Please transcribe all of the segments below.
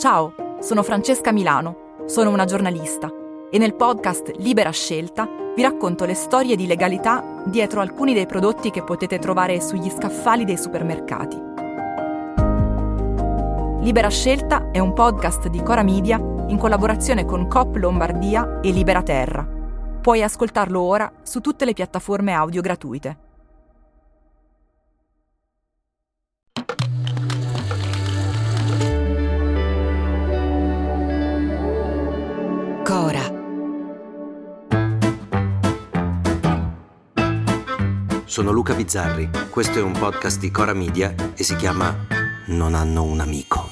Ciao, sono Francesca Milano, sono una giornalista e nel podcast Libera Scelta vi racconto le storie di legalità dietro alcuni dei prodotti che potete trovare sugli scaffali dei supermercati. Libera Scelta è un podcast di Cora Media in collaborazione con Coop Lombardia e Libera Terra. Puoi ascoltarlo ora su tutte le piattaforme audio gratuite. Cora. Sono Luca Bizzarri, questo è un podcast di Cora Media e si chiama Non hanno un amico.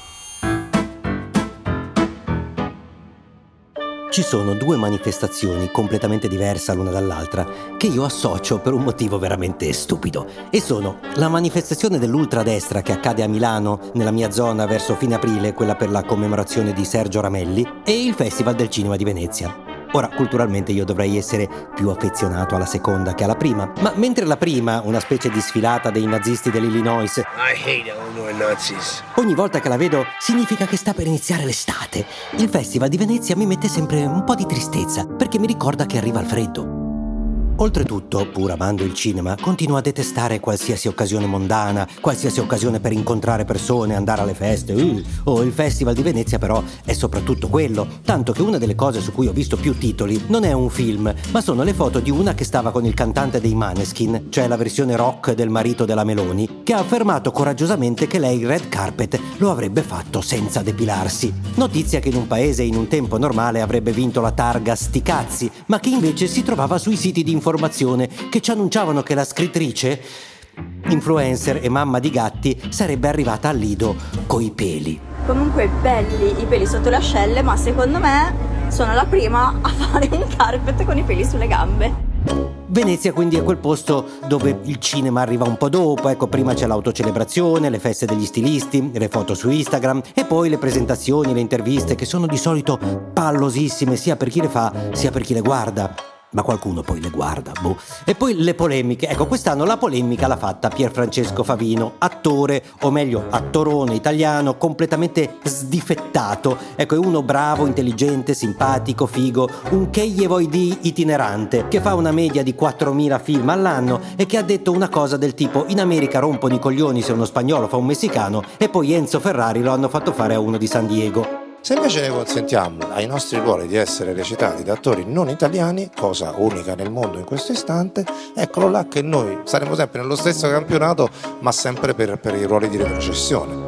Ci sono due manifestazioni completamente diverse l'una dall'altra che io associo per un motivo veramente stupido, e sono la manifestazione dell'ultradestra che accade a Milano nella mia zona verso fine aprile, quella per la commemorazione di Sergio Ramelli, e il Festival del Cinema di Venezia. Ora, culturalmente io dovrei essere più affezionato alla seconda che alla prima, ma mentre la prima, una specie di sfilata dei nazisti dell'Illinois, I hate Illinois Nazis, ogni volta che la vedo significa che sta per iniziare l'estate, il Festival di Venezia mi mette sempre un po' di tristezza, perché mi ricorda che arriva il freddo. Oltretutto, pur amando il cinema, continuo a detestare qualsiasi occasione mondana, qualsiasi occasione per incontrare persone, andare alle feste. Il Festival di Venezia però è soprattutto quello, tanto che una delle cose su cui ho visto più titoli non è un film, ma sono le foto di una che stava con il cantante dei Maneskin, cioè la versione rock del marito della Meloni, che ha affermato coraggiosamente che lei il red carpet lo avrebbe fatto senza depilarsi. Notizia che in un paese in un tempo normale avrebbe vinto la targa sti cazzi, ma che invece si trovava sui siti di informazione che ci annunciavano che la scrittrice, influencer e mamma di gatti, sarebbe arrivata al Lido coi peli. Comunque belli i peli sotto le ascelle, ma secondo me sono la prima a fare un carpet con i peli sulle gambe. Venezia quindi è quel posto dove il cinema arriva un po' dopo, ecco, prima c'è l'autocelebrazione, le feste degli stilisti, le foto su Instagram e poi le presentazioni, le interviste che sono di solito pallosissime sia per chi le fa sia per chi le guarda. Ma qualcuno poi le guarda, boh. E poi le polemiche. Ecco, quest'anno la polemica l'ha fatta Pierfrancesco Favino, attore, o meglio attorone italiano, completamente sdifettato. Ecco, è uno bravo, intelligente, simpatico, figo, un che gli vuoi di itinerante, che fa una media di 4.000 film all'anno e che ha detto una cosa del tipo: in America rompono i coglioni se uno spagnolo fa un messicano, e poi Enzo Ferrari lo hanno fatto fare a uno di San Diego. Se invece ne consentiamo ai nostri ruoli di essere recitati da attori non italiani, cosa unica nel mondo in questo istante, eccolo là che noi saremo sempre nello stesso campionato, ma sempre per i ruoli di retrocessione.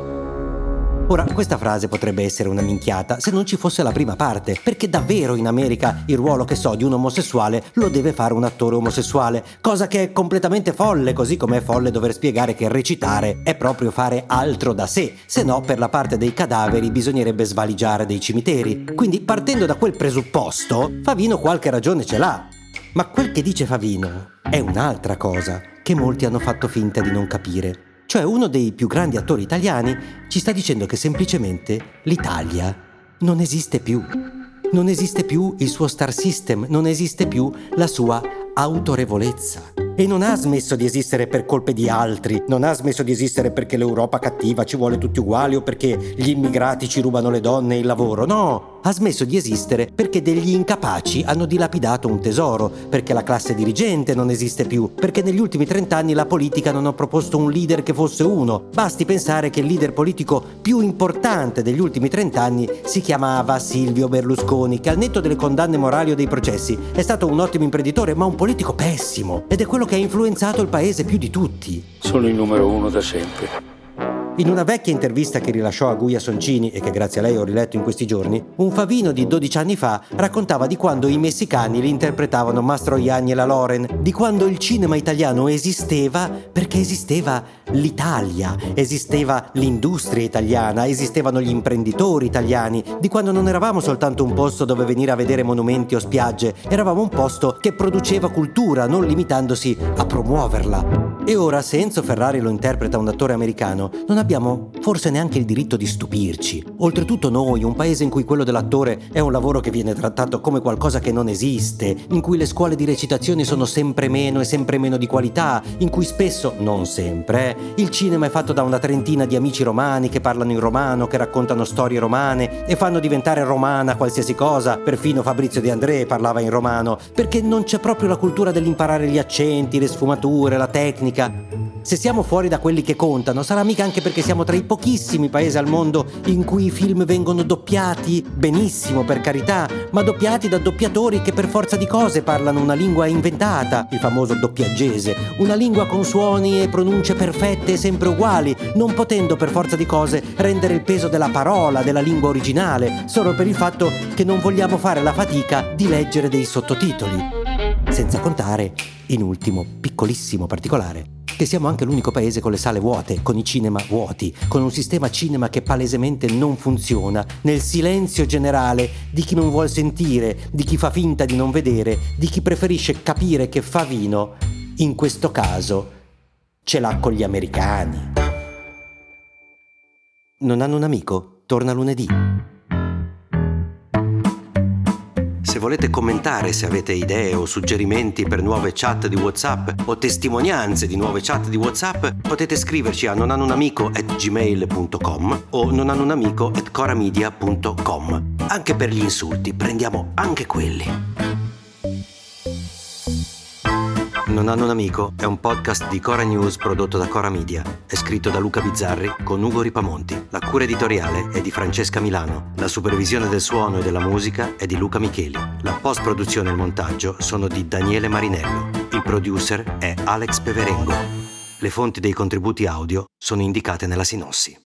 Ora, questa frase potrebbe essere una minchiata se non ci fosse la prima parte, perché davvero in America il ruolo, che so, di un omosessuale lo deve fare un attore omosessuale, cosa che è completamente folle, così come è folle dover spiegare che recitare è proprio fare altro da sé, se no per la parte dei cadaveri bisognerebbe svaligiare dei cimiteri. Quindi, partendo da quel presupposto, Favino qualche ragione ce l'ha. Ma quel che dice Favino è un'altra cosa che molti hanno fatto finta di non capire. Cioè, uno dei più grandi attori italiani ci sta dicendo che semplicemente l'Italia non esiste più. Non esiste più il suo star system, non esiste più la sua autorevolezza. E non ha smesso di esistere per colpe di altri, non ha smesso di esistere perché l'Europa cattiva ci vuole tutti uguali o perché gli immigrati ci rubano le donne e il lavoro, no! Ha smesso di esistere perché degli incapaci hanno dilapidato un tesoro, perché la classe dirigente non esiste più, perché negli ultimi 30 anni la politica non ha proposto un leader che fosse uno. Basti pensare che il leader politico più importante degli ultimi 30 anni si chiamava Silvio Berlusconi, che al netto delle condanne morali o dei processi è stato un ottimo imprenditore, ma un politico pessimo, ed è quello che ha influenzato il paese più di tutti. sono il numero uno da sempre. In una vecchia intervista che rilasciò a Guia Soncini e che grazie a lei ho riletto in questi giorni, un Favino di 12 anni fa raccontava di quando i messicani li interpretavano Mastroianni e la Loren, di quando il cinema italiano esisteva perché esisteva l'Italia, esisteva l'industria italiana, esistevano gli imprenditori italiani, di quando non eravamo soltanto un posto dove venire a vedere monumenti o spiagge, eravamo un posto che produceva cultura, non limitandosi a promuoverla. E ora, se Enzo Ferrari lo interpreta un attore americano, non abbiamo forse neanche il diritto di stupirci. Oltretutto noi, un paese in cui quello dell'attore è un lavoro che viene trattato come qualcosa che non esiste, in cui le scuole di recitazione sono sempre meno e sempre meno di qualità, in cui spesso, non sempre, il cinema è fatto da una trentina di amici romani che parlano in romano, che raccontano storie romane e fanno diventare romana qualsiasi cosa. Perfino Fabrizio De André parlava in romano, perché non c'è proprio la cultura dell'imparare gli accenti, le sfumature, la tecnica. Se siamo fuori da quelli che contano, sarà mica anche perché siamo tra i pochissimi paesi al mondo in cui i film vengono doppiati, benissimo per carità, ma doppiati da doppiatori che per forza di cose parlano una lingua inventata, il famoso doppiaggese, una lingua con suoni e pronunce perfette e sempre uguali, non potendo per forza di cose rendere il peso della parola, della lingua originale, solo per il fatto che non vogliamo fare la fatica di leggere dei sottotitoli. Senza contare, in ultimo, piccolissimo particolare, che siamo anche l'unico paese con le sale vuote, con i cinema vuoti, con un sistema cinema che palesemente non funziona, nel silenzio generale di chi non vuol sentire, di chi fa finta di non vedere, di chi preferisce capire che fa vino. In questo caso ce l'ha con gli americani. Non hanno un amico? Torna lunedì. Se volete commentare, se avete idee o suggerimenti per nuove chat di WhatsApp o testimonianze di nuove chat di WhatsApp, potete scriverci a nonhanunamico@gmail.com o nonhanunamico@coramedia.com. Anche per gli insulti, prendiamo anche quelli. Non hanno un amico è un podcast di Cora News prodotto da Cora Media. È scritto da Luca Bizzarri con Ugo Ripamonti. La cura editoriale è di Francesca Milano. La supervisione del suono e della musica è di Luca Micheli. La post-produzione e il montaggio sono di Daniele Marinello. Il producer è Alex Peverengo. Le fonti dei contributi audio sono indicate nella sinossi.